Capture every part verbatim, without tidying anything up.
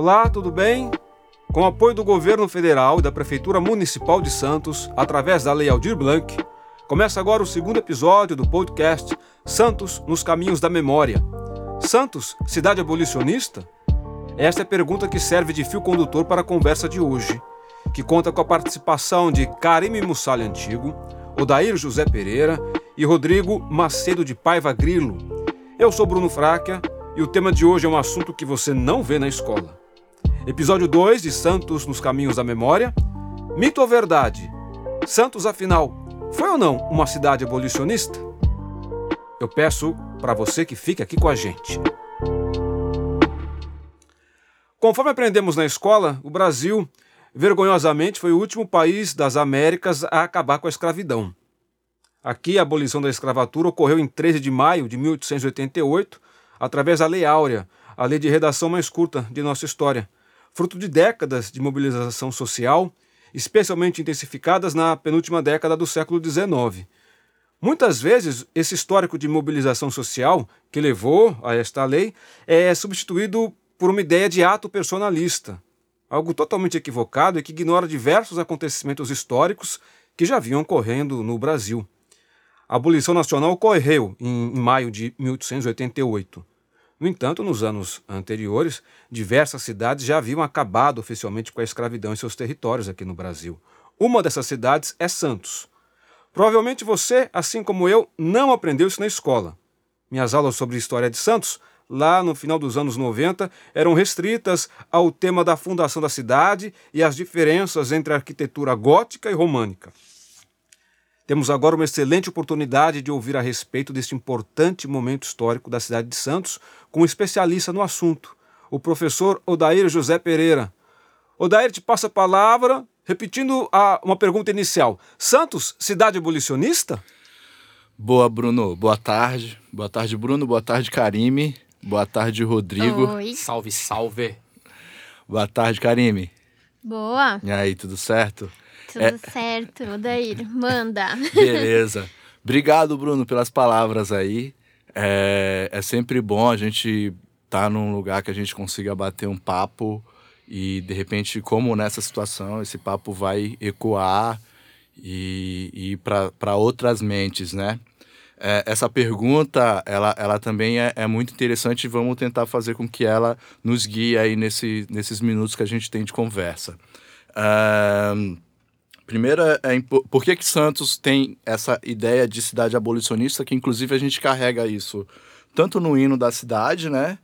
Olá, tudo bem? Com o apoio do Governo Federal e da Prefeitura Municipal de Santos, através da Lei Aldir Blanc, começa agora o segundo episódio do podcast Santos nos Caminhos da Memória. Santos, cidade abolicionista? Esta é a pergunta que serve de fio condutor para a conversa de hoje, que conta com a participação de Karime Mussali Antigo, Odair José Pereira e Rodrigo Macedo de Paiva Grilo. Eu sou Bruno Fráquia e o tema de hoje é um assunto que você não vê na escola. Episódio dois de Santos nos Caminhos da Memória. Mito ou verdade? Santos, afinal, foi ou não uma cidade abolicionista? Eu peço para você que fique aqui com a gente. Conforme aprendemos na escola, o Brasil, vergonhosamente, foi o último país das Américas a acabar com a escravidão. Aqui, a abolição da escravatura ocorreu em treze de maio de mil oitocentos e oitenta e oito, através da Lei Áurea, a lei de redação mais curta de nossa história, fruto de décadas de mobilização social, especialmente intensificadas na penúltima década do século dezenove. Muitas vezes, esse histórico de mobilização social que levou a esta lei é substituído por uma ideia de ato personalista, algo totalmente equivocado e que ignora diversos acontecimentos históricos que já vinham ocorrendo no Brasil. A abolição nacional ocorreu em, em maio de mil oitocentos e oitenta e oito. No entanto, nos anos anteriores, diversas cidades já haviam acabado oficialmente com a escravidão em seus territórios aqui no Brasil. Uma dessas cidades é Santos. Provavelmente você, assim como eu, não aprendeu isso na escola. Minhas aulas sobre história de Santos, lá no final dos anos noventa, eram restritas ao tema da fundação da cidade e as diferenças entre a arquitetura gótica e românica. Temos agora uma excelente oportunidade de ouvir a respeito deste importante momento histórico da cidade de Santos com um especialista no assunto, o professor Odair José Pereira. Odair, te passa a palavra, repetindo a, uma pergunta inicial. Santos, cidade abolicionista? Boa, Bruno. Boa tarde. Boa tarde, Bruno. Boa tarde, Karime. Boa tarde, Rodrigo. Oi. Salve, salve. Boa tarde, Karime. Boa. E aí, tudo certo? Tudo é... certo, Odair. Manda. Beleza. Obrigado, Bruno, pelas palavras aí. É, é sempre bom a gente estar tá num lugar que a gente consiga bater um papo e, de repente, como nessa situação, esse papo vai ecoar e, e ir para outras mentes, né? É, essa pergunta, ela, ela também é, é muito interessante e vamos tentar fazer com que ela nos guie aí nesse, nesses minutos que a gente tem de conversa. Uh, primeiro, é, por que que Santos tem essa ideia de cidade abolicionista, que inclusive a gente carrega isso tanto no hino da cidade, né,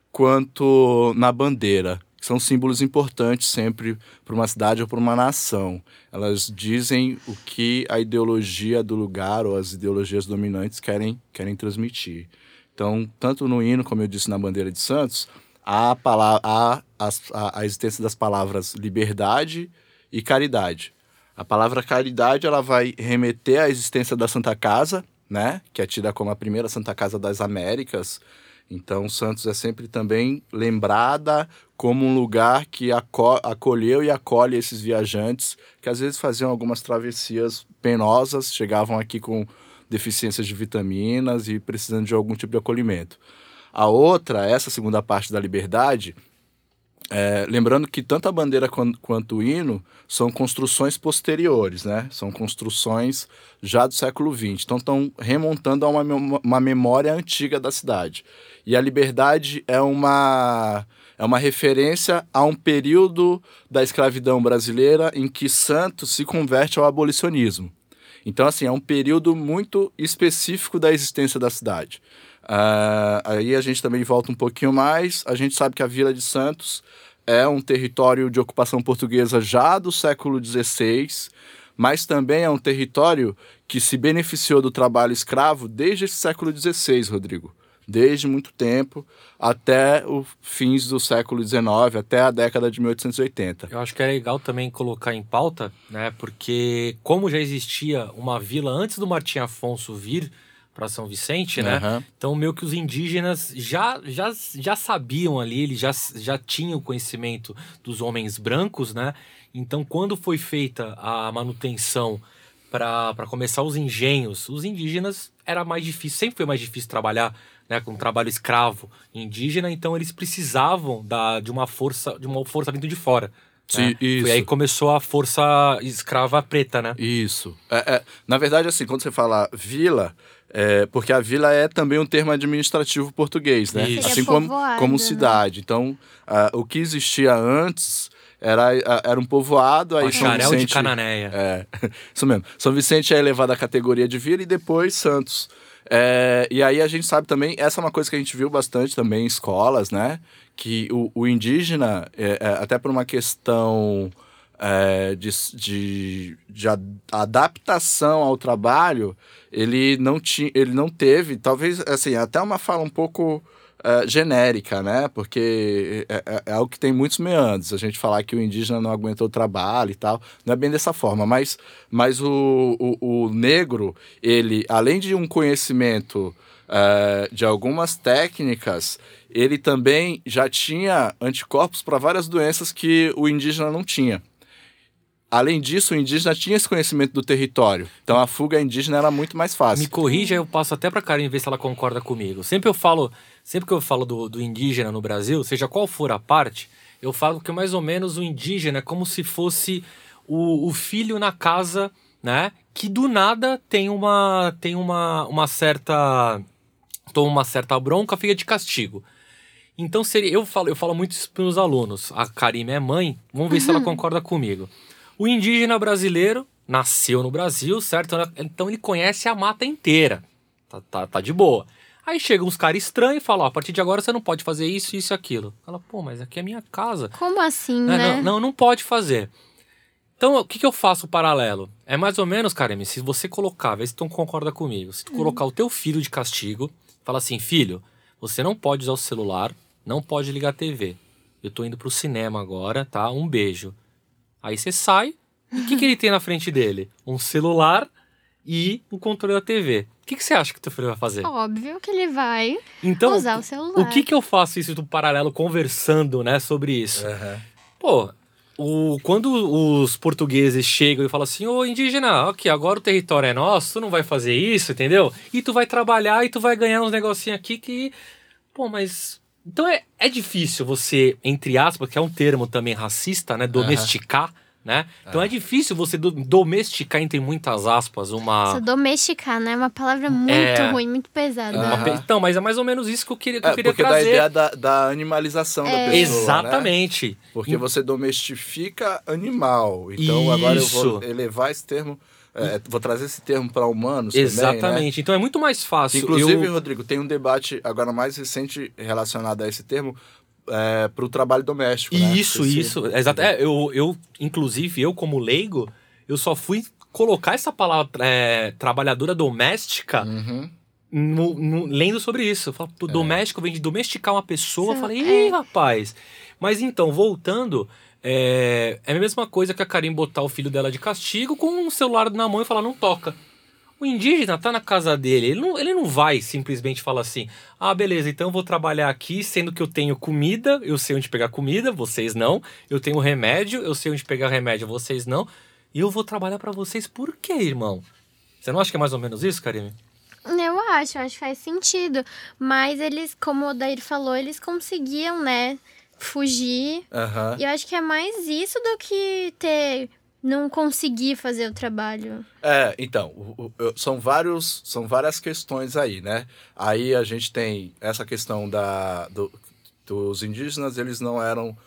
quanto na bandeira, que são símbolos importantes sempre para uma cidade ou para uma nação. Elas dizem o que a ideologia do lugar ou as ideologias dominantes querem, querem transmitir. Então, tanto no hino, como eu disse, na bandeira de Santos, há a, palavra, há a, a, a existência das palavras liberdade e caridade. A palavra caridade, ela vai remeter à existência da Santa Casa, né, que é tida como a primeira Santa Casa das Américas. Então, Santos é sempre também lembrada como um lugar que aco- acolheu e acolhe esses viajantes que às vezes faziam algumas travessias penosas, chegavam aqui com deficiências de vitaminas e precisando de algum tipo de acolhimento. A outra, essa segunda parte da liberdade, é, lembrando que tanto a bandeira quanto, quanto o hino são construções posteriores, né? São construções já do século vinte. Então, estão remontando a uma, uma memória antiga da cidade. E a liberdade é uma, é uma referência a um período da escravidão brasileira em que Santos se converte ao abolicionismo. Então, assim, é um período muito específico da existência da cidade. Uh, aí a gente também volta um pouquinho mais. A gente sabe que a Vila de Santos é um território de ocupação portuguesa já do século dezesseis, mas também é um território que se beneficiou do trabalho escravo desde esse século dezesseis, Rodrigo. Desde muito tempo, até os fins do século dezenove, até a década de mil oitocentos e oitenta. Eu acho que é legal também colocar em pauta, né? Porque como já existia uma vila antes do Martim Afonso vir para São Vicente, né? Uhum. Então, meio que os indígenas já, já, já sabiam ali, eles já, já tinham conhecimento dos homens brancos, né? Então, quando foi feita a manutenção para começar os engenhos, os indígenas era mais difícil, sempre foi mais difícil trabalhar né, com trabalho escravo indígena, então eles precisavam da, de uma força, de uma força vindo de fora. Sim, né? isso. Foi aí que começou a força escrava preta, né? Isso. É, é, na verdade, assim, quando você fala vila, é, porque a vila é também um termo administrativo português, né? Isso. Assim Seria como, povoado, como né? cidade. Então, ah, o que existia antes era, era um povoado. Aí São Bacharel de Vicente, Cananéia. É, isso mesmo. São Vicente é elevado à categoria de vila e depois Santos. É, e aí a gente sabe também, essa é uma coisa que a gente viu bastante também em escolas, né? Que o, o indígena, é, é, até por uma questão é, de, de, de adaptação ao trabalho, ele não, tinha, ele não teve, talvez, assim, até uma fala um pouco é, genérica, né? Porque é, é, é algo que tem muitos meandros. A gente falar que o indígena não aguentou o trabalho e tal, não é bem dessa forma, mas, mas o, o, o negro, ele, além de um conhecimento é, de algumas técnicas, ele também já tinha anticorpos para várias doenças que o indígena não tinha. Além disso, o indígena tinha esse conhecimento do território. Então, a fuga indígena era muito mais fácil. Me corrija, eu passo até pra Karen ver se ela concorda comigo. Sempre eu falo, sempre que eu falo do, do indígena no Brasil, seja qual for a parte, eu falo que mais ou menos o indígena é como se fosse o, o filho na casa, né? Que do nada tem uma, tem uma, uma certa... toma uma certa bronca, fica de castigo. Então, seria, eu, falo, eu falo muito isso para os alunos. A Karime é mãe, vamos ver se ela concorda comigo. O indígena brasileiro nasceu no Brasil, certo? Então ele conhece a mata inteira. Tá, tá, tá de boa. Aí chegam uns caras estranhos e falam, ó, a partir de agora você não pode fazer isso, isso e aquilo. Fala, pô, mas aqui é minha casa. Como assim, Não, né? não, não, não pode fazer. Então, o que, que eu faço paralelo? É mais ou menos, Karime, se você colocar, vê se tu concorda comigo, se tu Hum. colocar o teu filho de castigo, fala assim, filho, você não pode usar o celular, não pode ligar a T V. Eu tô indo pro cinema agora, tá? Um beijo. Aí você sai, e o que, que ele tem na frente dele? Um celular e um controle da T V. O que, que você acha que o teu filho vai fazer? Óbvio que ele vai Então, usar o celular. o que, que eu faço isso do paralelo conversando, né, sobre isso? Uhum. Pô, o, quando os portugueses chegam e falam assim, ô indígena, ok, agora o território é nosso, tu não vai fazer isso, entendeu? E tu vai trabalhar e tu vai ganhar uns negocinhos aqui que... Pô, mas... Então é, é difícil você, entre aspas, que é um termo também racista, né? Domesticar, né? Então é difícil você do, domesticar, entre muitas aspas, uma... Isso, domesticar, né? É uma palavra muito É. ruim, muito pesada. uma Aham. pe- Então, mas é mais ou menos isso que eu queria, que eu É, queria porque dá a trazer. ideia da, da animalização da pessoa, né? Exatamente. Porque você domestifica animal. Então, agora eu vou Isso. elevar esse termo, é, vou trazer esse termo para humanos também, né? Exatamente. Então é muito mais fácil. Inclusive, eu... Rodrigo, tem um debate agora mais recente relacionado a esse termo é, para o trabalho doméstico, né? Isso, Esse- isso. Exato. É, eu, eu, inclusive, eu como leigo, eu só fui colocar essa palavra é, trabalhadora doméstica Uhum. no- no- lendo sobre isso. Eu falo, pô, doméstico vem de domesticar uma pessoa. Eu Isso, falei, ih, é. rapaz. Mas então, voltando, é, é a mesma coisa que a Karim botar o filho dela de castigo com um celular na mão e falar, não toca. O indígena tá na casa dele, ele não, ele não vai simplesmente falar assim, ah, beleza, então eu vou trabalhar aqui, sendo que eu tenho comida, eu sei onde pegar comida, vocês não. Eu tenho remédio, eu sei onde pegar remédio, vocês não. E eu vou trabalhar pra vocês por quê, irmão? Você não acha que é mais ou menos isso, Karime? Eu acho, eu acho que faz sentido. Mas eles, como o Dair falou, eles conseguiam, né, fugir. Aham. E eu acho que é mais isso do que ter... não conseguir fazer o trabalho. É, então, o- o- são, vários, são várias questões aí, né? Aí a gente tem essa questão da, do- dos indígenas, eles não eram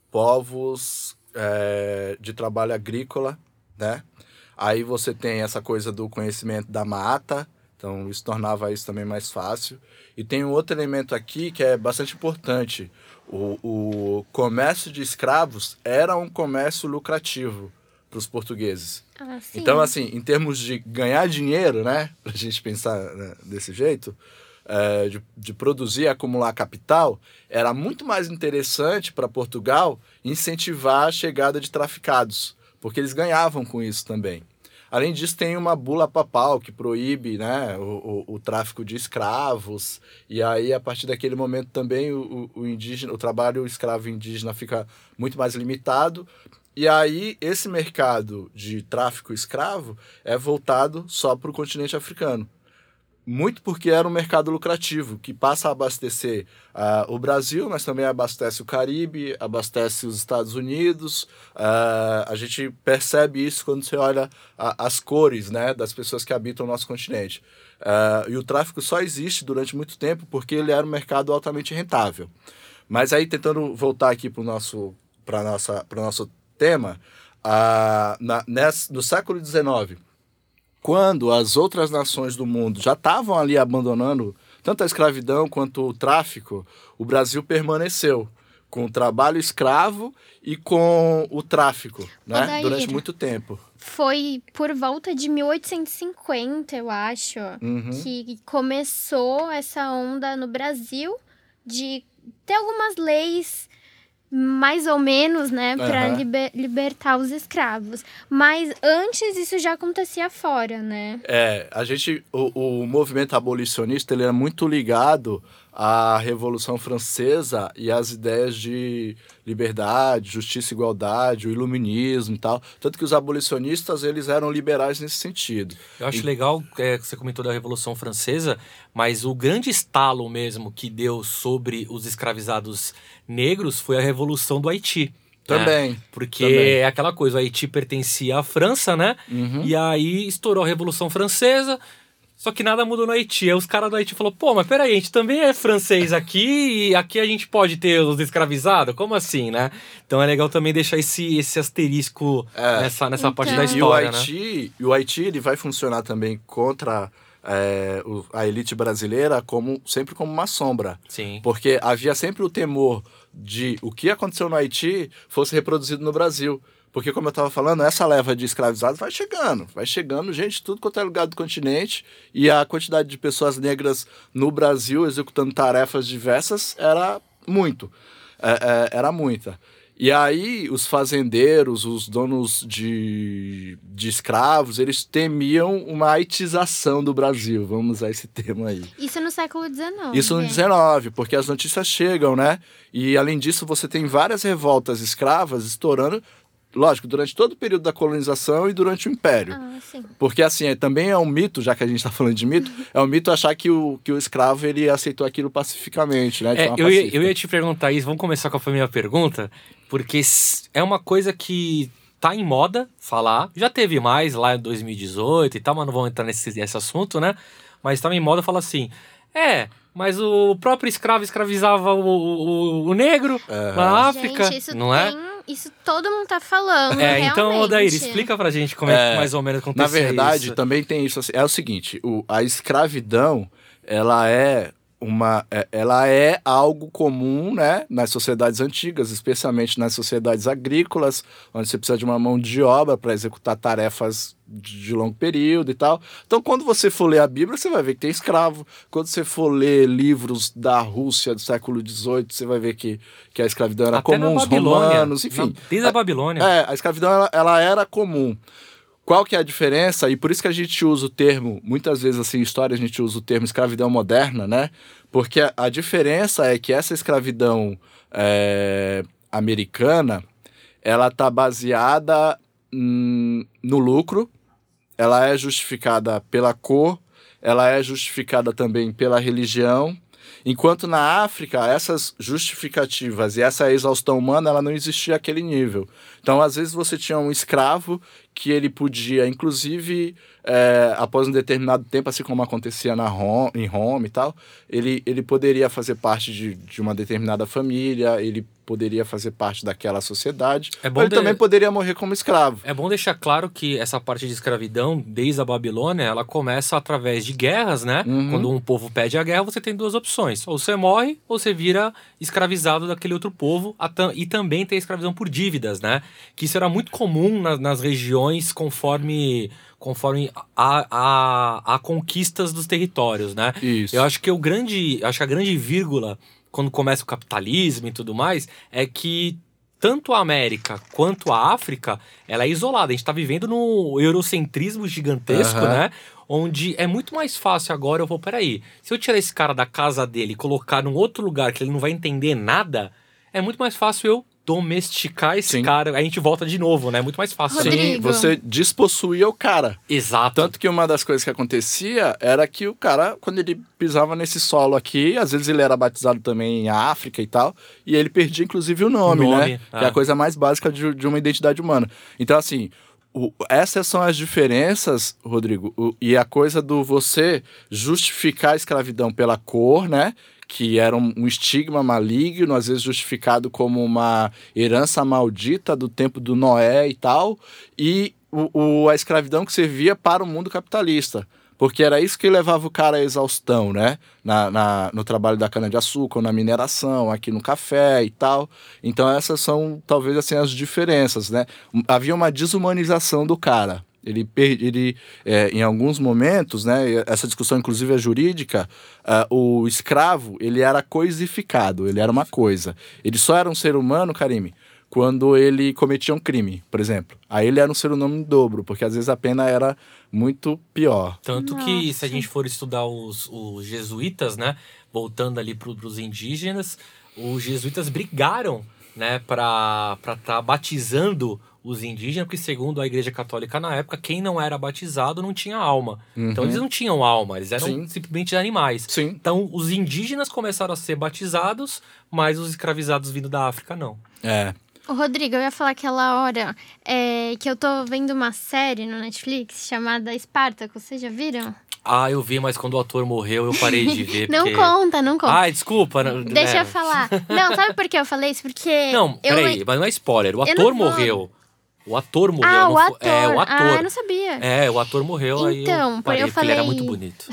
povos é, de trabalho agrícola, né? Aí você tem essa coisa do conhecimento da mata, então isso tornava isso também mais fácil. E tem um outro elemento aqui que é bastante importante. O, o comércio de escravos era um comércio lucrativo para os portugueses. Ah, sim. Então, assim, em termos de ganhar dinheiro, né? Pra gente pensar, né, desse jeito, é, de, de produzir e acumular capital, era muito mais interessante para Portugal incentivar a chegada de traficados, porque eles ganhavam com isso também. Além disso, tem uma bula papal que proíbe, né, o, o, o tráfico de escravos, e aí, a partir daquele momento também, o, o, indígena, o trabalho escravo indígena fica muito mais limitado. E aí, esse mercado de tráfico escravo é voltado só para o continente africano. muito porque era um mercado lucrativo, que passa a abastecer uh, o Brasil, mas também abastece o Caribe, abastece os Estados Unidos. Uh, a gente percebe isso quando você olha a, as cores, né, das pessoas que habitam o nosso continente. Uh, e o tráfico só existe durante muito tempo porque ele era um mercado altamente rentável. Mas aí, tentando voltar aqui para o nosso, para nossa, para o nosso tema, uh, na, nessa, no século dezenove, quando as outras nações do mundo já estavam ali abandonando tanto a escravidão quanto o tráfico, o Brasil permaneceu com o trabalho escravo e com o tráfico, né? Odair, Durante muito tempo. Foi por volta de mil oitocentos e cinquenta, eu acho, Uhum. que começou essa onda no Brasil de ter algumas leis mais ou menos, né, para Uhum. liber, libertar os escravos. Mas antes isso já acontecia fora, né? É, a gente, o, o movimento abolicionista, ele é muito ligado à Revolução Francesa e às ideias de liberdade, justiça e igualdade, o iluminismo e tal. Tanto que os abolicionistas, eles eram liberais nesse sentido. Eu acho E- legal é, que você comentou da Revolução Francesa, mas o grande estalo mesmo que deu sobre os escravizados negros foi a Revolução do Haiti. né? Também. Porque também. é aquela coisa, o Haiti pertencia à França, né? Uhum. E aí estourou a Revolução Francesa, só que nada mudou no Haiti. Aí os caras do Haiti falaram, pô, mas peraí, a gente também é francês aqui e aqui a gente pode ter os escravizados? Como assim, né? Então é legal também deixar esse, esse asterisco É. nessa, nessa parte Então- da E o história, né? Haiti, e o Haiti ele vai funcionar também contra é, o- a elite brasileira como, sempre como uma sombra. Sim. Porque havia sempre o temor de o que aconteceu no Haiti fosse reproduzido no Brasil. Porque, como eu estava falando, essa leva de escravizados vai chegando. Vai chegando gente de tudo quanto é lugar do continente. E a quantidade de pessoas negras no Brasil executando tarefas diversas era muito. É, é, era muita. E aí, os fazendeiros, os donos de, de escravos, eles temiam uma haitização do Brasil. Vamos usar esse termo aí. Isso no século dezenove. Isso no né? dezenove, porque as notícias chegam, né? E, além disso, você tem várias revoltas escravas estourando, lógico, durante todo o período da colonização e durante o Império. Ah, sim. Porque, assim, é, também é um mito, já que a gente está falando de mito, é um mito achar que o, que o escravo ele aceitou aquilo pacificamente, né? de É, forma eu, ia, pacífica. eu ia te perguntar isso, vamos começar com a primeira pergunta, porque s- é uma coisa que tá em moda falar, já teve mais lá em dois mil e dezoito e tal, mas não vamos entrar nesse, nesse assunto, né? Mas tá em moda falar assim, é, mas o próprio escravo escravizava o, o, o negro na África, Gente, isso não é? tem... Isso todo mundo tá falando, É, então, realmente. Odair, explica pra gente como é, que É, mais ou menos aconteceu Na verdade, isso. também tem isso. Assim, é o seguinte, o, a escravidão, ela é uma, é- ela é algo comum, né, nas sociedades antigas, especialmente nas sociedades agrícolas, onde você precisa de uma mão de obra para executar tarefas de, de longo período e tal. Então, quando você for ler a Bíblia, você vai ver que tem escravo. Quando você for ler livros da Rússia do século dezoito, você vai ver que, que a escravidão era Até comum, na os Babilônia, romanos, enfim. na- desde a Babilônia. É, a escravidão ela, ela era comum. Qual que é a diferença? E por isso que a gente usa o termo, muitas vezes assim, em história a gente usa o termo escravidão moderna, né? Porque a, a diferença é que essa escravidão é, americana, ela tá baseada hum, no lucro, ela é justificada pela cor, ela é justificada também pela religião, enquanto na África, essas justificativas e essa exaustão humana, ela não existia àquele nível. Então, às vezes, você tinha um escravo que ele podia, inclusive, é, após um determinado tempo, assim como acontecia na Roma, em Roma e tal, ele, ele poderia fazer parte de, de uma determinada família, ele poderia fazer parte daquela sociedade, É bom ou ele de- também poderia morrer como escravo. É bom deixar claro que essa parte de escravidão, desde a Babilônia, ela começa através de guerras, né? Uhum. Quando um povo pede a guerra, você tem duas opções. Ou você morre, ou você vira escravizado daquele outro povo. a tam- E também tem a escravidão por dívidas, né? Que isso era muito comum na- nas regiões conforme, conforme a, a, a conquistas dos territórios, né? Isso. Eu acho que o grande, acho que a grande vírgula, quando começa o capitalismo e tudo mais, é que tanto a América quanto a África, ela é isolada. A gente está vivendo no eurocentrismo gigantesco, Aham. né? Onde é muito mais fácil agora, eu vou, peraí, se eu tirar esse cara da casa dele e colocar num outro lugar que ele não vai entender nada, é muito mais fácil eu domesticar esse Sim. cara, a gente volta de novo, né? Muito mais fácil. Rodrigo. Sim, você despossuía o cara. Exato. Tanto que uma das coisas que acontecia era que o cara, quando ele pisava nesse solo aqui, às vezes ele era batizado também em África e tal, e ele perdia inclusive o nome, O nome, né? é. Que é a coisa mais básica de, de uma identidade humana. Então, assim, o, essas são as diferenças, Rodrigo, o, e a coisa do você justificar a escravidão pela cor, né? Que era um, um estigma maligno, às vezes justificado como uma herança maldita do tempo do Noé e tal, e o, o, a escravidão que servia para o mundo capitalista, porque era isso que levava o cara à exaustão, né? Na, na, no trabalho da cana-de-açúcar, na mineração, aqui no café e tal. Então essas são, talvez, assim, as diferenças, né? Havia uma desumanização do cara. Ele, ele é, em alguns momentos, né, essa discussão inclusive é jurídica, uh, o escravo, ele era coisificado, ele era uma coisa. Ele só era um ser humano, Karime, quando ele cometia um crime, por exemplo. Aí ele era um ser humano em dobro, porque às vezes a pena era muito pior. Tanto que, Nossa. se a gente for estudar os, os jesuítas, né, voltando ali para os indígenas, os jesuítas brigaram, né, para estar tá batizando os indígenas, porque segundo a Igreja Católica na época, quem não era batizado não tinha alma. Uhum. Então eles não tinham alma, eles eram Sim. simplesmente animais. Sim. Então os indígenas começaram a ser batizados, mas os escravizados vindo da África não. É. Ô, Rodrigo, eu ia falar aquela hora é, que eu tô vendo uma série no Netflix chamada Espartaco. Vocês já viram? Ah, eu vi, mas quando o ator morreu eu parei de ver. Não porque... conta, não conta. Ai, desculpa. não- Deixa é. eu falar. Não, sabe por que eu falei isso? Porque. Não, eu peraí, le- mas não é spoiler. O Eu ator não vou- morreu. O ator morreu. Ah, não o fo- ator. É, o ator. Ah, eu não sabia. É, o ator morreu, aí Então, eu parei, eu porque ele era falei- muito bonito.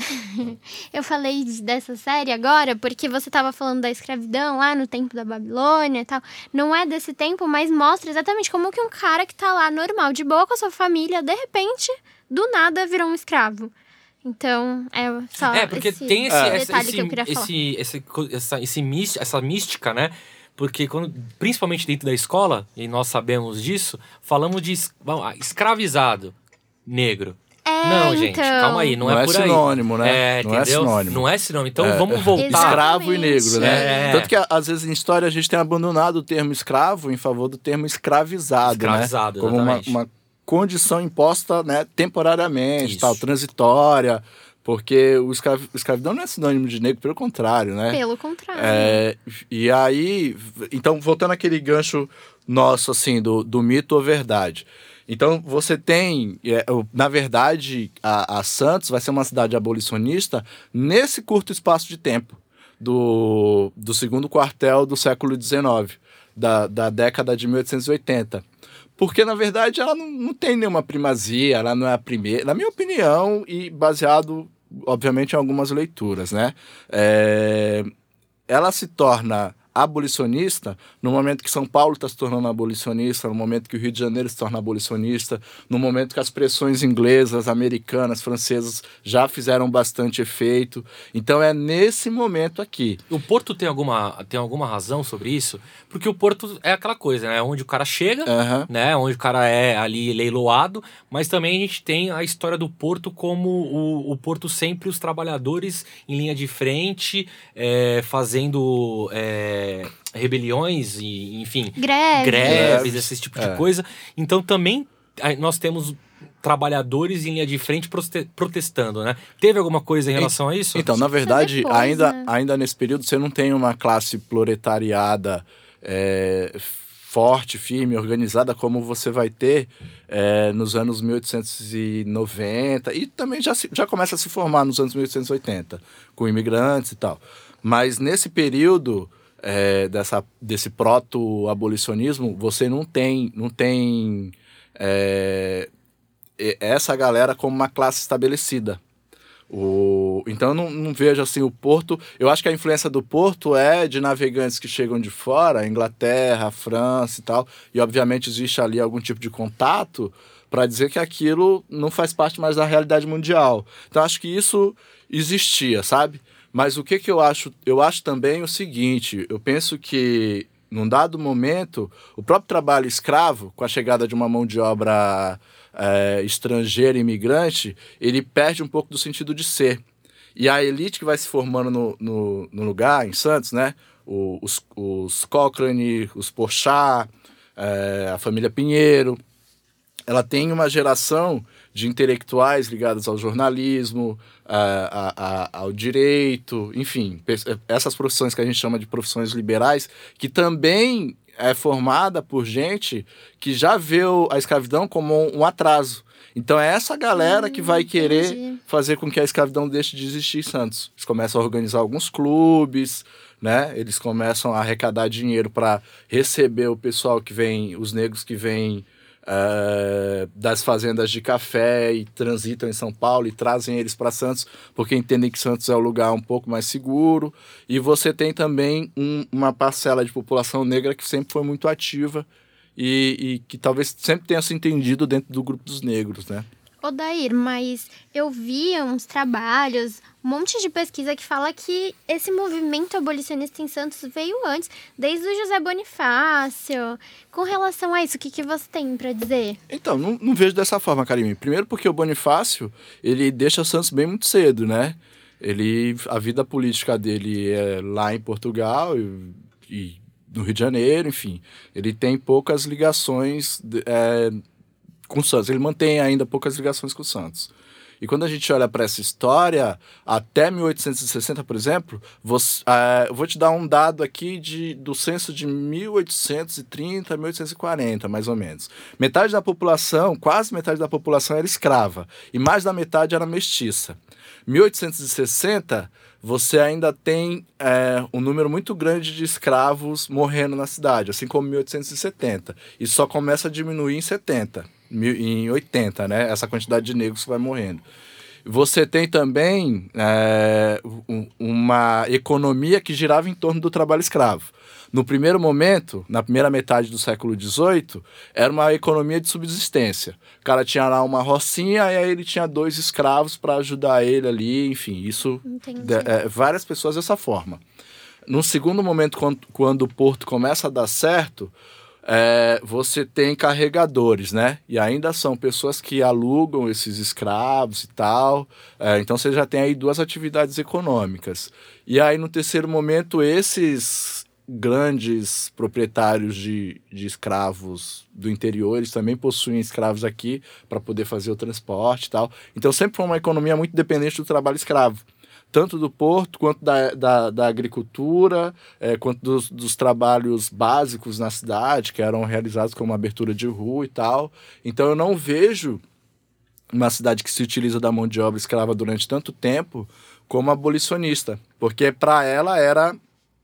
Eu falei de- dessa série agora porque você tava falando da escravidão lá no tempo da Babilônia e tal. Não é desse tempo, mas mostra exatamente como que um cara que tá lá normal, de boa com a sua família, de repente, do nada virou um escravo. Então, é só É, porque esse tem esse, essa, detalhe esse, que eu queria falar. esse, esse, co- essa, esse mis- essa mística, né? Porque, quando, principalmente dentro da escola, e nós sabemos disso, falamos de es- bom, ah, escravizado negro. É, Não, gente, então. calma aí, não, Não é é por aí. sinônimo, né? É, Não é entendeu? sinônimo. Não é sinônimo. Então É. vamos voltar. Exato. Escravo e negro, né? É. Tanto que, às vezes, em história, a gente tem abandonado o termo escravo em favor do termo escravizado, Escravizado, né? Como uma, exatamente. uma condição imposta, né, temporariamente, Isso. tal, transitória, porque o escravi- escravidão não é sinônimo de negro, pelo contrário, né? Pelo contrário. É, e aí, então, voltando àquele gancho nosso, assim, do, do mito ou verdade. Então, você tem, é, o- na verdade, a, a Santos vai ser uma cidade abolicionista nesse curto espaço de tempo do, do segundo quartel do século dezenove, da, da década de mil oitocentos e oitenta. Porque, na verdade, ela não, não tem nenhuma primazia, ela não é a primeira, na minha opinião, e baseado, obviamente, em algumas leituras, né? É, ela se torna abolicionista no momento que São Paulo está se tornando abolicionista, no momento que o Rio de Janeiro se torna abolicionista, no momento que as pressões inglesas, americanas, francesas já fizeram bastante efeito. Então é nesse momento aqui. O Porto tem alguma, tem alguma razão sobre isso? Porque o Porto é aquela coisa, né? Onde o cara chega, Aham. né? Onde o cara é ali leiloado, mas também a gente tem a história do Porto como o, o Porto sempre os trabalhadores em linha de frente, é, fazendo é, rebeliões e, enfim, Greve. greves, Greves, esse tipo é. de coisa. Então também a- nós temos trabalhadores em linha de frente proste- protestando, né? Teve alguma coisa em relação a isso? Então, na verdade, depois, ainda, né? ainda nesse período, você não tem uma classe proletariada é, forte, firme, organizada, como você vai ter é, nos anos mil oitocentos e noventa, e também já, se- já começa a se formar nos anos mil oitocentos e oitenta, com imigrantes e tal. Mas nesse período é, dessa, desse proto-abolicionismo, você não tem, não tem é, e- essa galera como uma classe estabelecida. O, então eu não, não vejo assim o Porto. Eu acho que a influência do Porto é de navegantes que chegam de fora, Inglaterra, França e tal, e obviamente existe ali algum tipo de contato para dizer que aquilo não faz parte mais da realidade mundial. Então acho que isso existia, sabe? Mas o que, que eu acho? Eu acho também o seguinte, eu penso que num dado momento, o próprio trabalho escravo, com a chegada de uma mão de obra é, estrangeira, imigrante, ele perde um pouco do sentido de ser. E a elite que vai se formando no, no, no lugar, em Santos, né? o, os, os Cochrane, os Porchat, é, a família Pinheiro. Ela tem uma geração de intelectuais ligados ao jornalismo, a, a, a, ao direito, enfim, essas profissões que a gente chama de profissões liberais, que também é formada por gente que já vê a escravidão como um atraso. Então é essa galera hum, que vai querer entendi. fazer com que a escravidão deixe de existir em Santos. Eles começam a organizar alguns clubes, né? Eles começam a arrecadar dinheiro para receber o pessoal que vem, os negros que vêm Uh, das fazendas de café e transitam em São Paulo e trazem eles para Santos porque entendem que Santos é um lugar um pouco mais seguro. E você tem também um, uma parcela de população negra que sempre foi muito ativa e, e que talvez sempre tenha se entendido dentro do grupo dos negros, né? Odair, mas eu vi uns trabalhos, um monte de pesquisa que fala que esse movimento abolicionista em Santos veio antes, desde o José Bonifácio. Com relação a isso, o que, que você tem para dizer? Então, não, não vejo dessa forma, Karime. Primeiro porque o Bonifácio, ele deixa Santos bem muito cedo, né? Ele, a vida política dele é lá em Portugal e, e no Rio de Janeiro, enfim. Ele tem poucas ligações... É, com o Santos, ele mantém ainda poucas ligações com o Santos. E quando a gente olha para essa história, até mil oitocentos e sessenta, por exemplo, você, uh, eu vou te dar um dado aqui de, do censo de mil oitocentos e trinta a mil oitocentos e quarenta, mais ou menos. Metade da população, quase metade da população era escrava, e mais da metade era mestiça. mil oitocentos e sessenta, você ainda tem é, um número muito grande de escravos morrendo na cidade, assim como mil oitocentos e setenta. E só começa a diminuir em setenta. Em oitenta, né? Essa quantidade de negros que vai morrendo. Você tem também é, um, uma economia que girava em torno do trabalho escravo. No primeiro momento, na primeira metade do século dezoito, era uma economia de subsistência. O cara tinha lá uma rocinha e aí ele tinha dois escravos para ajudar ele ali, enfim, isso, de, é, várias pessoas dessa forma. No segundo momento, quando, quando o porto começa a dar certo, É, você tem carregadores, né? E ainda são pessoas que alugam esses escravos e tal. É, então você já tem aí duas atividades econômicas. E aí no terceiro momento, esses grandes proprietários de, de escravos do interior, eles também possuem escravos aqui para poder fazer o transporte e tal. Então sempre foi uma economia muito dependente do trabalho escravo. Tanto do porto, quanto da, da, da agricultura, é, quanto dos, dos trabalhos básicos na cidade, que eram realizados como abertura de rua e tal. Então eu não vejo uma cidade que se utiliza da mão de obra escrava durante tanto tempo como abolicionista, porque para ela era,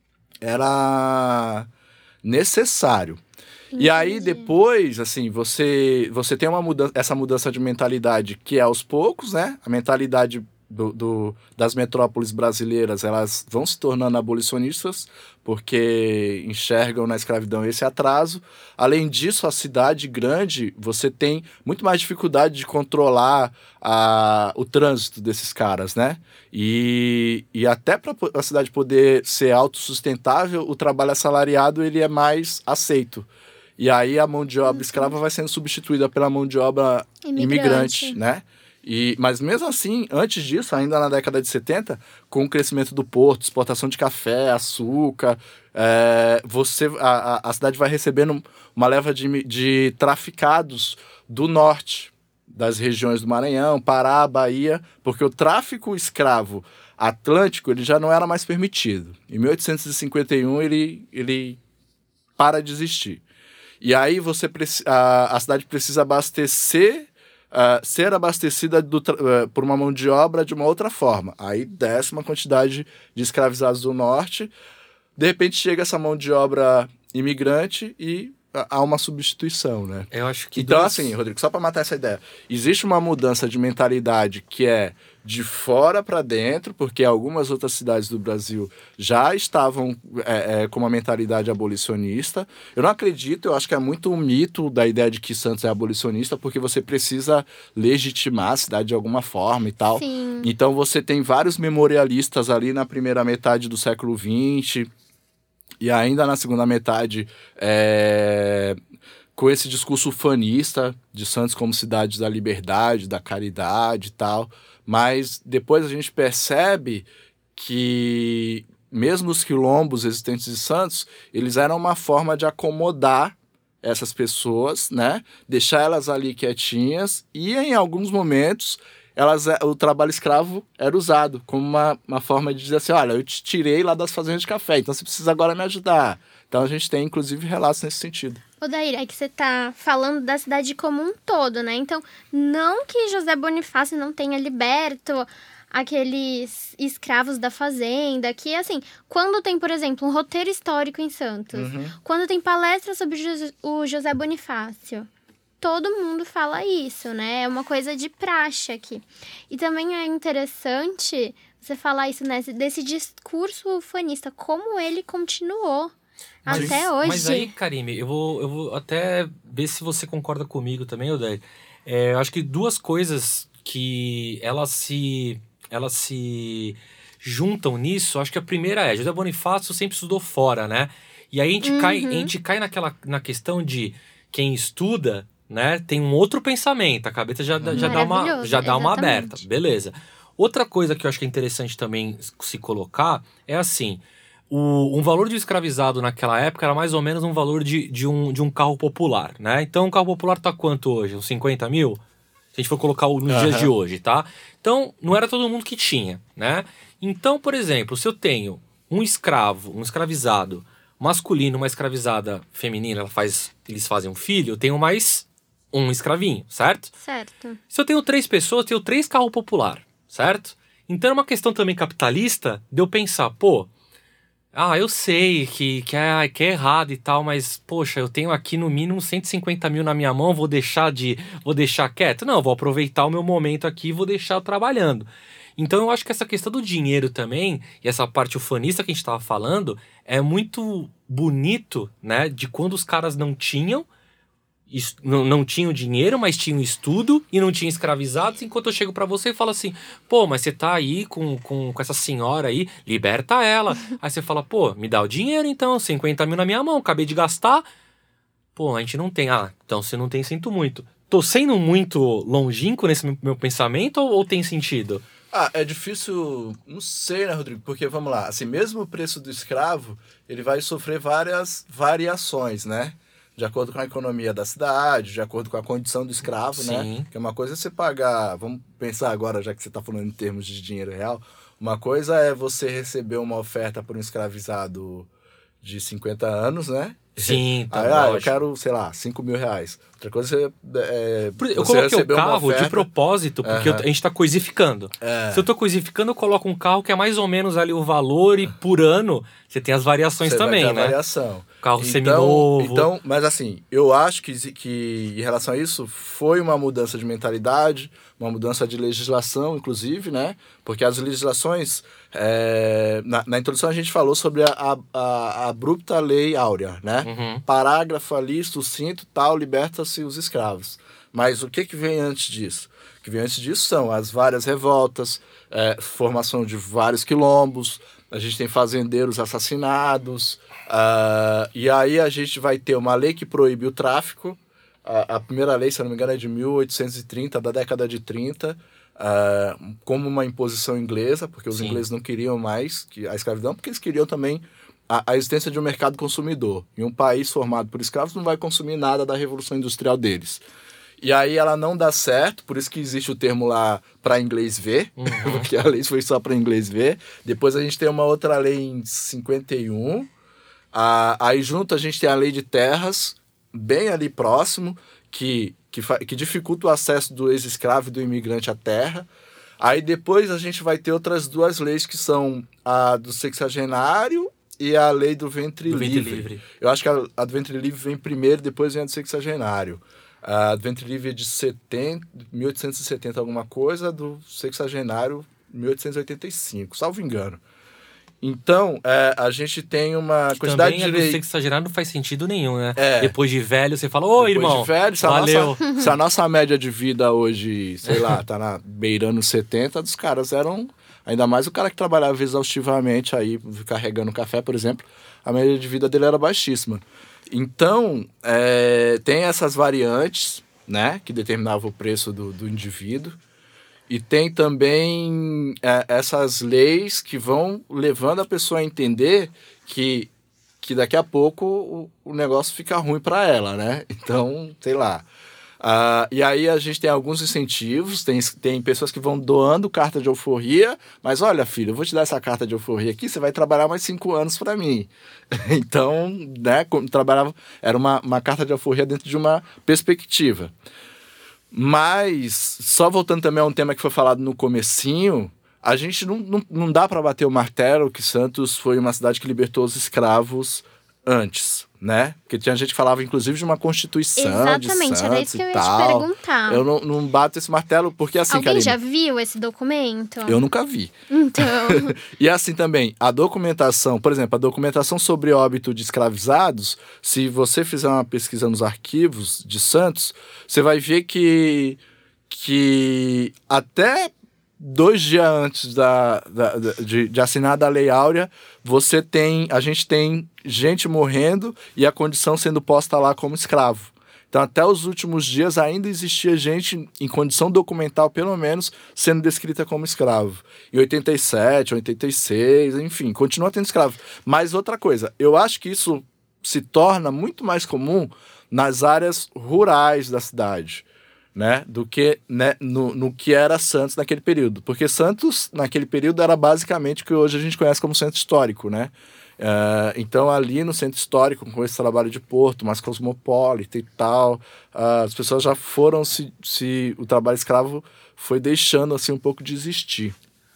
era necessário. Entendi. E aí depois, assim, você, você tem uma mudança, essa mudança de mentalidade que é aos poucos, né? A mentalidade Do, do, das metrópoles brasileiras, elas vão se tornando abolicionistas porque enxergam na escravidão esse atraso. Além disso, a cidade grande, você tem muito mais dificuldade de controlar a, o trânsito desses caras, né? E, e até para a cidade poder ser autossustentável, o trabalho assalariado ele é mais aceito. E aí a mão de obra escrava vai sendo substituída pela mão de obra imigrante, imigrante né? E, mas mesmo assim, antes disso, ainda na década de setenta, com o crescimento do porto, exportação de café, açúcar, é, você, a, a cidade vai recebendo uma leva de, de traficados do norte, das regiões do Maranhão, Pará, Bahia, porque o tráfico escravo atlântico ele já não era mais permitido. Em mil oitocentos e cinquenta e um ele, ele para de existir. E aí você, a, a cidade precisa abastecer Uh, ser abastecida do, uh, por uma mão de obra de uma outra forma. Aí desce uma quantidade de escravizados do norte, de repente chega essa mão de obra imigrante e uh, há uma substituição, né? Eu acho que então, dois... assim, Rodrigo, só para matar essa ideia, existe uma mudança de mentalidade que é de fora para dentro, porque algumas outras cidades do Brasil já estavam é, é, com uma mentalidade abolicionista. Eu não acredito, eu acho que é muito um mito da ideia de que Santos é abolicionista, porque você precisa legitimar a cidade de alguma forma e tal. Sim. Então você tem vários memorialistas ali na primeira metade do século vinte e ainda na segunda metade é, com esse discurso ufanista de Santos como cidade da liberdade, da caridade e tal. Mas depois a gente percebe que mesmo os quilombos existentes em Santos, eles eram uma forma de acomodar essas pessoas, né? Deixar elas ali quietinhas e, em alguns momentos, elas, o trabalho escravo era usado como uma, uma forma de dizer assim, olha, eu te tirei lá das fazendas de café, então você precisa agora me ajudar. Então a gente tem, inclusive, relatos nesse sentido. Odair, é que você tá falando da cidade como um todo, né? Então, não que José Bonifácio não tenha liberto aqueles escravos da fazenda, que, assim, quando tem, por exemplo, um roteiro histórico em Santos, Uhum. quando tem palestra sobre o José Bonifácio, todo mundo fala isso, né? É uma coisa de praxe aqui. E também é interessante você falar isso, né? Desse discurso ufanista, como ele continuou Mas, até hoje. Mas aí, Karime, eu vou, eu vou até ver se você concorda comigo também, Odair. É, eu acho que duas coisas que elas se, elas se juntam nisso, acho que a primeira é, José Bonifácio sempre estudou fora, né? E aí a gente, Uhum. cai, a gente cai naquela, na questão de quem estuda, né, tem um outro pensamento, a cabeça já, já, dá, uma, já dá uma aberta, beleza. Outra coisa que eu acho que é interessante também se colocar é assim, o, um valor de escravizado naquela época era mais ou menos um valor de, de, um, de um carro popular, né? Então um carro popular tá quanto hoje? Uns cinquenta mil? Se a gente for colocar nos uhum. dias de hoje, tá? Então não era todo mundo que tinha, né? Então, por exemplo, se eu tenho um escravo, um escravizado masculino, uma escravizada feminina, ela faz, eles fazem um filho, eu tenho mais um escravinho, certo? Certo. Se eu tenho três pessoas, eu tenho três carros popular, certo? Então é uma questão também capitalista de eu pensar, pô, ah, eu sei que, que, é, que é errado e tal, mas, poxa, eu tenho aqui no mínimo cento e cinquenta mil na minha mão, vou deixar de, vou deixar quieto? Não, vou aproveitar o meu momento aqui e vou deixar trabalhando. Então eu acho que essa questão do dinheiro também, e essa parte ufanista que a gente estava falando, é muito bonito, né, de quando os caras não tinham, Não, não tinham dinheiro, mas tinham estudo e não tinham escravizados, enquanto eu chego pra você e falo assim, pô, mas você tá aí com, com, com essa senhora aí, liberta ela. Aí você fala, pô, me dá o dinheiro então, cinquenta mil na minha mão, acabei de gastar. Pô, a gente não tem. Ah, então você não tem, sinto muito. Tô sendo muito longínquo nesse meu pensamento ou, ou tem sentido? Ah, é difícil, não sei, né, Rodrigo? Porque, vamos lá, assim, mesmo o preço do escravo, ele vai sofrer várias variações, né? De acordo com a economia da cidade, de acordo com a condição do escravo, Sim. né? Que é uma coisa é você pagar... Vamos pensar agora, já que você está falando em termos de dinheiro real. Uma coisa é você receber uma oferta por um escravizado de cinquenta anos, né? Sim, tá. Aí, ah, eu quero, sei lá, cinco mil reais. Outra coisa é... é eu você coloquei o carro oferta... de propósito, porque uhum. eu, a gente tá coisificando. É. Se eu tô coisificando, eu coloco um carro que é mais ou menos ali o valor e por ano você tem as variações você também, vai ter né? a variação. Carro então, seminovo. Então, mas assim, eu acho que, que em relação a isso foi uma mudança de mentalidade, uma mudança de legislação, inclusive, né? Porque as legislações, é, na, na introdução a gente falou sobre a, a, a abrupta lei áurea, né? Uhum. Parágrafo ali, sucinto, tal, liberta-se os escravos. Mas o que, que vem antes disso? O que vem antes disso são as várias revoltas, é, formação de vários quilombos, a gente tem fazendeiros assassinados, uh, e aí a gente vai ter uma lei que proíbe o tráfico. A, a primeira lei, se eu não me engano, é de mil oitocentos e trinta, da década de trinta, uh, como uma imposição inglesa, porque os Sim. ingleses não queriam mais que a escravidão, porque eles queriam também a, a existência de um mercado consumidor. E um país formado por escravos não vai consumir nada da Revolução Industrial deles. E aí ela não dá certo, por isso que existe o termo lá para inglês ver, uhum. porque a lei foi só para inglês ver. Depois a gente tem uma outra lei em cinquenta e um. Ah, aí junto a gente tem a lei de terras, bem ali próximo, que, que, que dificulta o acesso do ex-escravo e do imigrante à terra. Aí depois a gente vai ter outras duas leis que são a do sexagenário e a lei do ventre, do livre. ventre livre. Eu acho que a, a do ventre livre vem primeiro, depois vem a do sexagenário. A do ventre livre é de setenta, mil oitocentos e setenta alguma coisa, do sexagenário mil oitocentos e oitenta e cinco, salvo engano. Então, é, a gente tem uma que quantidade também de... Também a do sexagenário não faz sentido nenhum, né? É. Depois de velho, você fala, ô, Depois irmão, de velho, se valeu. A nossa, se a nossa média de vida hoje, sei lá, tá na beirando setenta, dos caras eram... Ainda mais o cara que trabalhava exaustivamente aí, carregando café, por exemplo, a média de vida dele era baixíssima. Então, é, tem essas variantes, né, que determinavam o preço do, do indivíduo. E tem também é, essas leis que vão levando a pessoa a entender que, que daqui a pouco o, o negócio fica ruim para ela, né? Então, sei lá. Uh, e aí a gente tem alguns incentivos, tem, tem pessoas que vão doando carta de alforria, mas olha, filho, eu vou te dar essa carta de alforria aqui, você vai trabalhar mais cinco anos para mim. Então, né, trabalhava, era uma, uma carta de alforria dentro de uma perspectiva. Mas, só voltando também a um tema que foi falado no comecinho, a gente não, não, não dá para bater o martelo que Santos foi uma cidade que libertou os escravos antes, né? Porque tinha gente que falava, inclusive, de uma constituição. Exatamente, de Santos era isso que eu ia tal. te perguntar. Eu não, não bato esse martelo porque, assim, Alguém Karine, já viu esse documento? eu nunca vi. Então... E assim também, a documentação, por exemplo, a documentação sobre óbito de escravizados, se você fizer uma pesquisa nos arquivos de Santos, você vai ver que, que até dois dias antes da, da, de, de assinar a Lei Áurea, você tem, a gente tem gente morrendo e a condição sendo posta lá como escravo. Então, até os últimos dias ainda existia gente em condição documental, pelo menos, sendo descrita como escravo. Em oitenta e sete, oitenta e seis, enfim, continua tendo escravo. Mas outra coisa, eu acho que isso se torna muito mais comum nas áreas rurais da cidade, né, do que, né, no, no que era Santos naquele período. Porque Santos, naquele período, era basicamente o que hoje a gente conhece como centro histórico, né? Uh, então, ali no centro histórico, com esse trabalho de porto, mais cosmopolita e tal, uh, as pessoas já foram se, se... O trabalho escravo foi deixando, assim, um pouco de existir.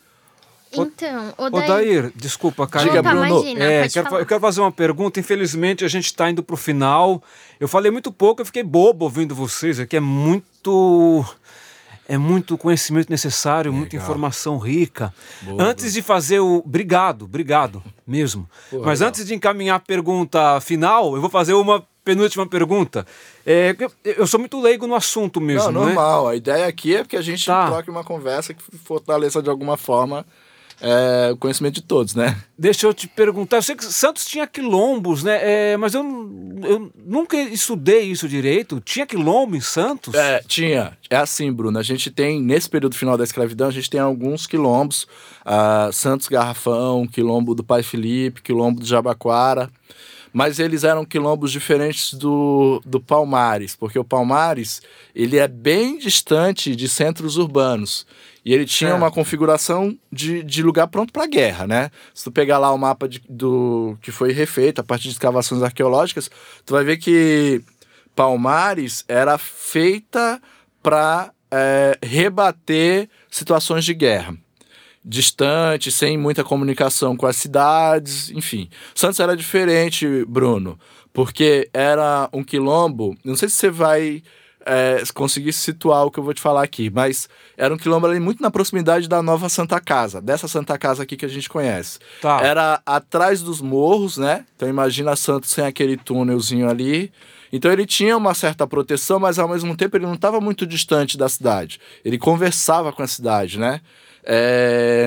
Então, Odair... Odair, desculpa, cara. Diga, Opa, Bruno. Imagina, é, quero, eu quero fazer uma pergunta. Infelizmente, a gente está indo para o final. Eu falei muito pouco, eu fiquei bobo ouvindo vocês aqui. É muito... É muito conhecimento necessário, Legal. Muita informação rica. Boa, antes boa. de fazer o... Obrigado, obrigado mesmo. Pô, Mas legal. antes de encaminhar a pergunta final, eu vou fazer uma penúltima pergunta. É, eu sou muito leigo no assunto mesmo, Não, normal. Né? A ideia aqui é que a gente tá. troque uma conversa que fortaleça de alguma forma é, o conhecimento de todos, né? Deixa eu te perguntar. Eu sei que Santos tinha quilombos, né? É, mas eu, eu nunca estudei isso direito. Tinha quilombo em Santos? É, tinha. É assim, Bruno. A gente tem, nesse período final da escravidão, a gente tem alguns quilombos. Uh, Santos Garrafão, quilombo do Pai Felipe, quilombo do Jabaquara. Mas eles eram quilombos diferentes do, do Palmares, porque o Palmares ele é bem distante de centros urbanos. E ele tinha é. uma configuração de, de lugar pronto para guerra, né? Se tu pegar lá o mapa de, do, que foi refeito a partir de escavações arqueológicas, tu vai ver que Palmares era feita para é, rebater situações de guerra. Distante, sem muita comunicação com as cidades, enfim. Santos era diferente, Bruno, porque era um quilombo, não sei se você vai é, conseguir situar o que eu vou te falar aqui, mas era um quilombo ali muito na proximidade da nova Santa Casa, dessa Santa Casa aqui que a gente conhece. Tá. Era atrás dos morros, né? Então imagina Santos sem aquele túnelzinho ali. Então ele tinha uma certa proteção, mas ao mesmo tempo ele não estava muito distante da cidade. Ele conversava com a cidade, né? É...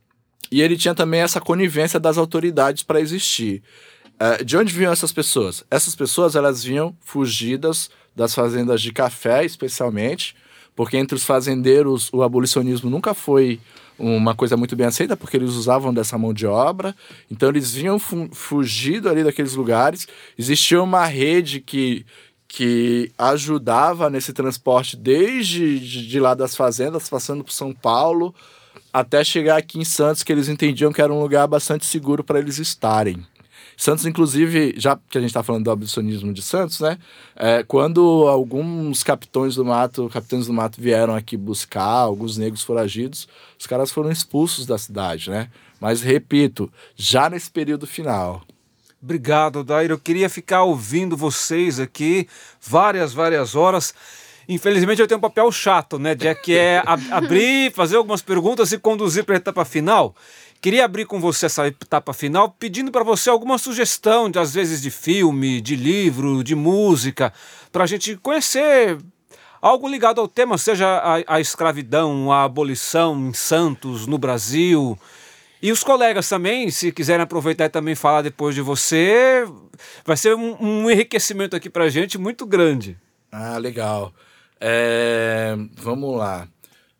E ele tinha também essa conivência das autoridades para existir. É... De onde vinham essas pessoas? Essas pessoas elas vinham fugidas das fazendas de café, especialmente, porque entre os fazendeiros o abolicionismo nunca foi uma coisa muito bem aceita, porque eles usavam dessa mão de obra. Então eles vinham fu- fugido ali daqueles lugares. Existia uma rede que... que ajudava nesse transporte desde de, de lá das fazendas, passando por São Paulo, até chegar aqui em Santos, que eles entendiam que era um lugar bastante seguro para eles estarem. Santos, inclusive, já que a gente está falando do abolicionismo de Santos, né? É, quando alguns capitães do mato, capitães do mato vieram aqui buscar, alguns negros foragidos, os caras foram expulsos da cidade, né? Mas, repito, já nesse período final. Obrigado, Odair. Eu queria ficar ouvindo vocês aqui várias, várias horas. Infelizmente eu tenho um papel chato, né? De que é ab- abrir, fazer algumas perguntas e conduzir para a etapa final. Queria abrir com você essa etapa final pedindo para você alguma sugestão, de, às vezes de filme, de livro, de música, para a gente conhecer algo ligado ao tema, seja a, a escravidão, a abolição em Santos, no Brasil. E os colegas também, se quiserem aproveitar e também falar depois de você, vai ser um, um enriquecimento aqui pra gente muito grande. Ah, legal. É, vamos lá.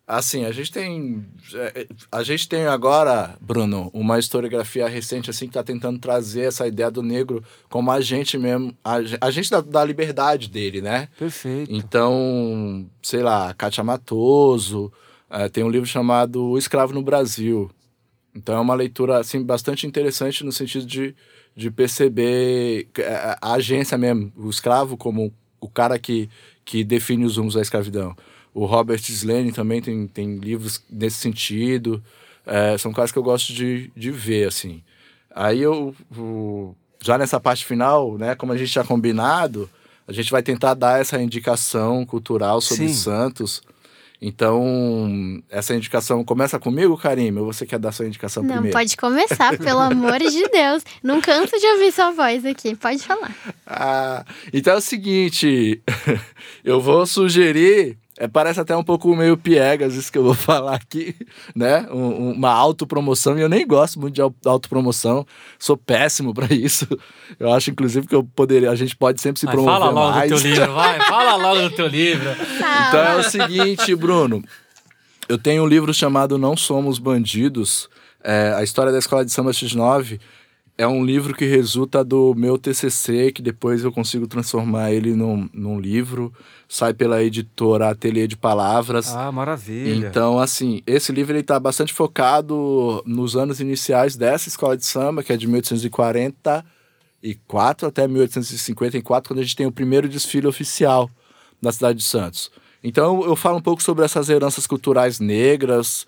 Assim, a gente tem. A gente tem agora, Bruno, uma historiografia recente assim que está tentando trazer essa ideia do negro como agente mesmo, agente da, da liberdade dele, né? Perfeito. Então, sei lá, Kátia Matoso, uh, tem um livro chamado O Escravo no Brasil. Então é uma leitura assim, bastante interessante no sentido de, de perceber a agência mesmo, o escravo como o cara que, que define os rumos da escravidão. O Robert Slane também tem, tem livros nesse sentido. É, são coisas que eu gosto de, de ver, assim. Aí eu, o, já nessa parte final, né, como a gente tinha combinado, a gente vai tentar dar essa indicação cultural sobre Sim. Santos. Então, essa indicação começa comigo, Karime? Ou você quer dar sua indicação Não, primeiro? pode começar, pelo amor de Deus. Não canso de ouvir sua voz aqui, pode falar. Ah, então é o seguinte, eu vou sugerir... É, parece até um pouco meio piegas isso que eu vou falar aqui, né? Um, uma autopromoção, e eu nem gosto muito de autopromoção, sou péssimo para isso. Eu acho, inclusive, que eu poderia, a gente pode sempre se Vai, promover fala logo mais. do teu livro, vai, fala logo do teu livro. Então é o seguinte, Bruno, eu tenho um livro chamado Não Somos Bandidos, é, a história da Escola de Samba X nove. É um livro que resulta do meu T C C, que depois eu consigo transformar ele num, num livro. Sai pela editora Ateliê de Palavras. Ah, maravilha. Então, assim, esse livro está bastante focado nos anos iniciais dessa escola de samba, que é de mil oitocentos e quarenta e quatro até mil oitocentos e cinquenta e quatro, quando a gente tem o primeiro desfile oficial na cidade de Santos. Então, eu falo um pouco sobre essas heranças culturais negras,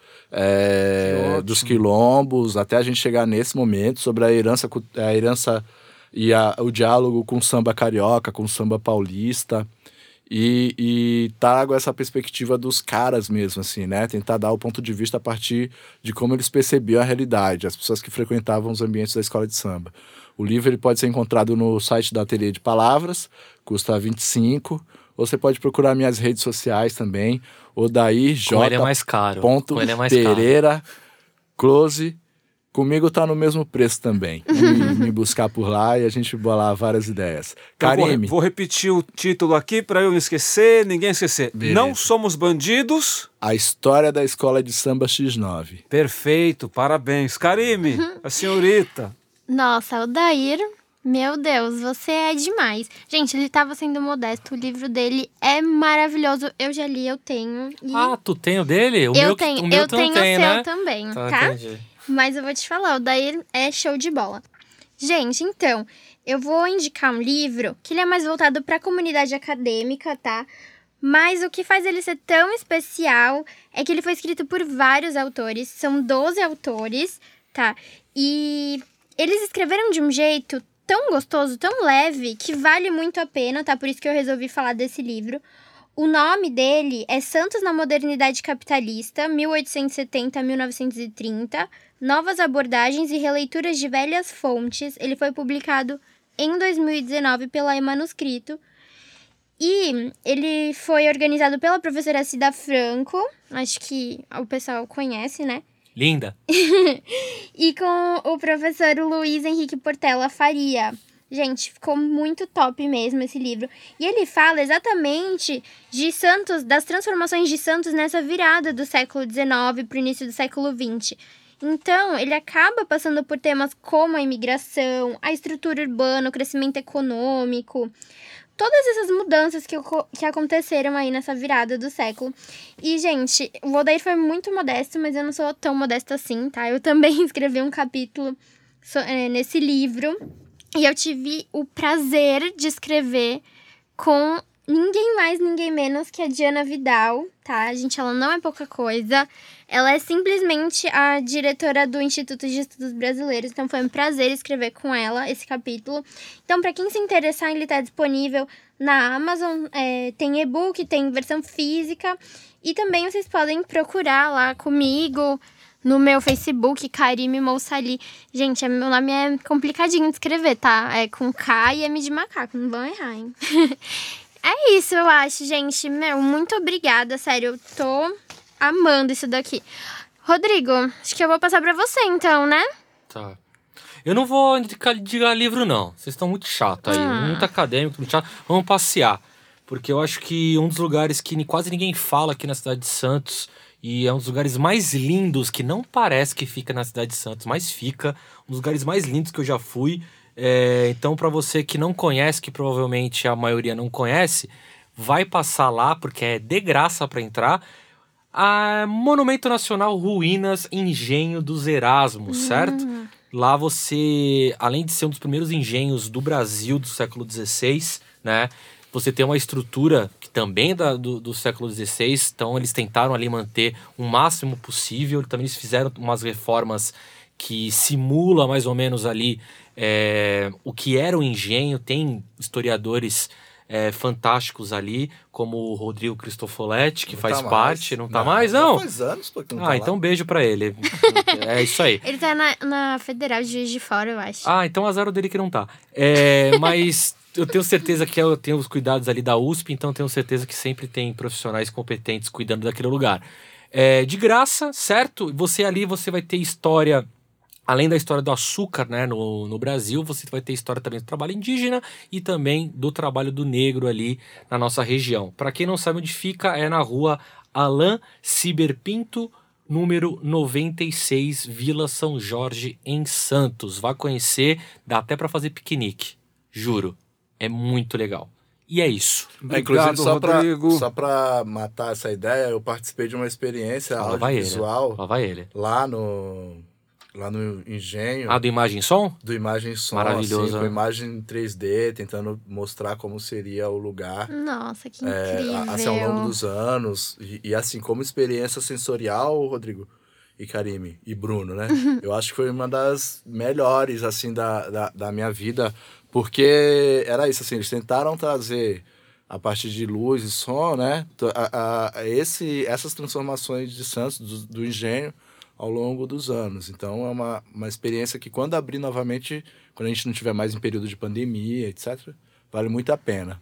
é, dos quilombos, até a gente chegar nesse momento, sobre a herança, a herança e a, o diálogo com o samba carioca, com o samba paulista. E, e trago essa perspectiva dos caras mesmo, assim, né? Tentar dar o ponto de vista a partir de como eles percebiam a realidade, as pessoas que frequentavam os ambientes da escola de samba. O livro ele pode ser encontrado no site da Ateliê de Palavras, custa vinte e cinco reais. Ou você pode procurar minhas redes sociais também, Odair J. Com ele é mais caro. Ponto Com ele é mais Pereira, Close. Comigo tá no mesmo preço também. me, me buscar por lá e a gente bolar várias ideias. Karime. Vou, vou repetir o título aqui para eu não esquecer, ninguém esquecer. Beleza. Não Somos Bandidos. A história da escola de samba X nove. Perfeito, parabéns. Karime, a senhorita. Nossa, Odair, meu Deus, você é demais. Gente, ele tava sendo modesto, o livro dele é maravilhoso. Eu já li, eu tenho. E Ah, tu tem o dele? O eu meu, tenho, o meu eu tu não tenho tem, o seu né? também, Tá, tá? entendi. Mas eu vou te falar, o Odair é show de bola. Gente, então, eu vou indicar um livro que ele é mais voltado para a comunidade acadêmica, tá? Mas o que faz ele ser tão especial é que ele foi escrito por vários autores, são doze autores, tá? E eles escreveram de um jeito tão gostoso, tão leve, que vale muito a pena, tá? Por isso que eu resolvi falar desse livro. O nome dele é Santos na Modernidade Capitalista, mil oitocentos e setenta a mil novecentos e trinta, Novas Abordagens e Releituras de Velhas Fontes. Ele foi publicado em dois mil e dezenove pela E-Manuscrito. E ele foi organizado pela professora Cida Franco, acho que o pessoal conhece, né? Linda. E com o professor Luiz Henrique Portela Faria. Gente, ficou muito top mesmo esse livro. E ele fala exatamente de Santos, das transformações de Santos nessa virada do século dezenove para o início do século vinte. Então, ele acaba passando por temas como a imigração, a estrutura urbana, o crescimento econômico, todas essas mudanças que, que aconteceram aí nessa virada do século. E, gente, o Odair foi muito modesto, mas eu não sou tão modesta assim, tá? Eu também escrevi um capítulo so, é, nesse livro. E eu tive o prazer de escrever com ninguém mais, ninguém menos que a Diana Vidal, tá? Gente, ela não é pouca coisa. Ela é simplesmente a diretora do Instituto de Estudos Brasileiros. Então, foi um prazer escrever com ela esse capítulo. Então, para quem se interessar, ele tá disponível na Amazon. É, tem e-book, tem versão física. E também vocês podem procurar lá comigo no meu Facebook, Karime Moussali. Gente, meu nome é complicadinho de escrever, tá? É com K e M de macaco, não vão errar, hein? É isso, eu acho, gente. Meu, muito obrigada, sério. Eu tô amando isso daqui. Rodrigo, acho que eu vou passar pra você, então, né? Tá. Eu não vou indicar, indicar livro, não. Vocês estão muito chatos aí. Ah. Muito acadêmico, muito chato. Vamos passear. Porque eu acho que um dos lugares que quase ninguém fala aqui na cidade de Santos... E é um dos lugares mais lindos, que não parece que fica na cidade de Santos, mas fica. Um dos lugares mais lindos que eu já fui. É, então, para você que não conhece, que provavelmente a maioria não conhece, vai passar lá, porque é de graça para entrar. A Monumento Nacional Ruínas Engenho dos Erasmos, certo? Hum. Lá você, além de ser um dos primeiros engenhos do Brasil do século dezesseis, né? Você tem uma estrutura que também é da, do, do século dezesseis, então eles tentaram ali manter o máximo possível. Também eles fizeram umas reformas que simula mais ou menos ali é, o que era o engenho. Tem historiadores é, fantásticos ali, como o Rodrigo Cristofoletti, que Não faz tá parte. mais. Não tá Não, mais, já não? faz anos, pô, que não Ah, tá lá. então beijo pra ele. É isso aí. Ele tá na, na Federal de Juiz de Fora, eu acho. Ah, então azar o dele que não tá. É, mas eu tenho certeza que eu tenho os cuidados ali da U S P, então eu tenho certeza que sempre tem profissionais competentes cuidando daquele lugar. É, de graça, certo? Você ali, você vai ter história, além da história do açúcar, né, no, no Brasil, você vai ter história também do trabalho indígena e também do trabalho do negro ali na nossa região. Para quem não sabe onde fica, é na rua Alain Ciber Pinto, número noventa e seis, Vila São Jorge, em Santos. Vá conhecer, dá até para fazer piquenique. Juro, é muito legal. E é isso. É, inclusive, Obrigado, só pra, Rodrigo. só pra matar essa ideia, eu participei de uma experiência Lá vai ele. audiovisual Lá vai ele. lá no, lá no Engenho. Ah, do Imagem e Som? Do Imagem e Som, Maravilhoso, assim, com né? imagem três D, tentando mostrar como seria o lugar Nossa, que é, incrível. a- assim, ao longo dos anos. E, e, assim, como experiência sensorial, Rodrigo e Karime e Bruno, né? Eu acho que foi uma das melhores, assim, da, da, da minha vida, porque era isso, assim, eles tentaram trazer a partir de luz e som, né? A, a, a esse, essas transformações de Santos, do, do engenho, ao longo dos anos. Então, é uma, uma experiência que, quando abrir novamente, quando a gente não tiver mais em período de pandemia, etcétera, vale muito a pena.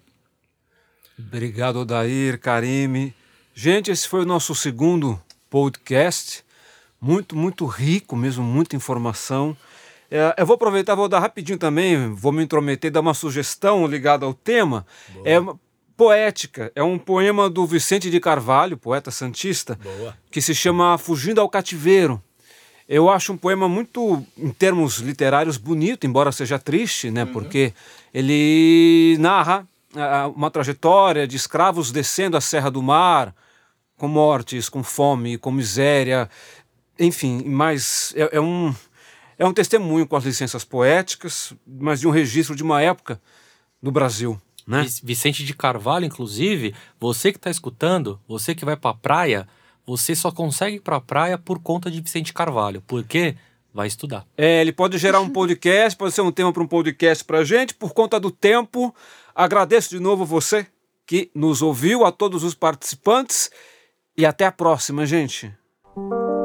Obrigado, Odair, Karime. Gente, esse foi o nosso segundo podcast. Muito, muito rico mesmo, muita informação. É, eu vou aproveitar, vou dar rapidinho também, vou me intrometer, dar uma sugestão ligada ao tema. Boa. É uma poética, é um poema do Vicente de Carvalho, poeta santista, Boa. que se chama Fugindo ao Cativeiro. Eu acho um poema muito, em termos literários, bonito, embora seja triste, né? Uhum. Porque ele narra ah, uma trajetória de escravos descendo a Serra do Mar, com mortes, com fome, com miséria, enfim, mas é, é um, é um testemunho com as licenças poéticas, mas de um registro de uma época do Brasil, né? Vic- Vicente de Carvalho, inclusive, você que está escutando, você que vai para a praia, você só consegue ir para a praia por conta de Vicente de Carvalho. Por quê? Vai estudar. É, ele pode gerar um podcast, pode ser um tema para um podcast para a gente. Por conta do tempo, agradeço de novo você que nos ouviu, a todos os participantes, e até a próxima, gente.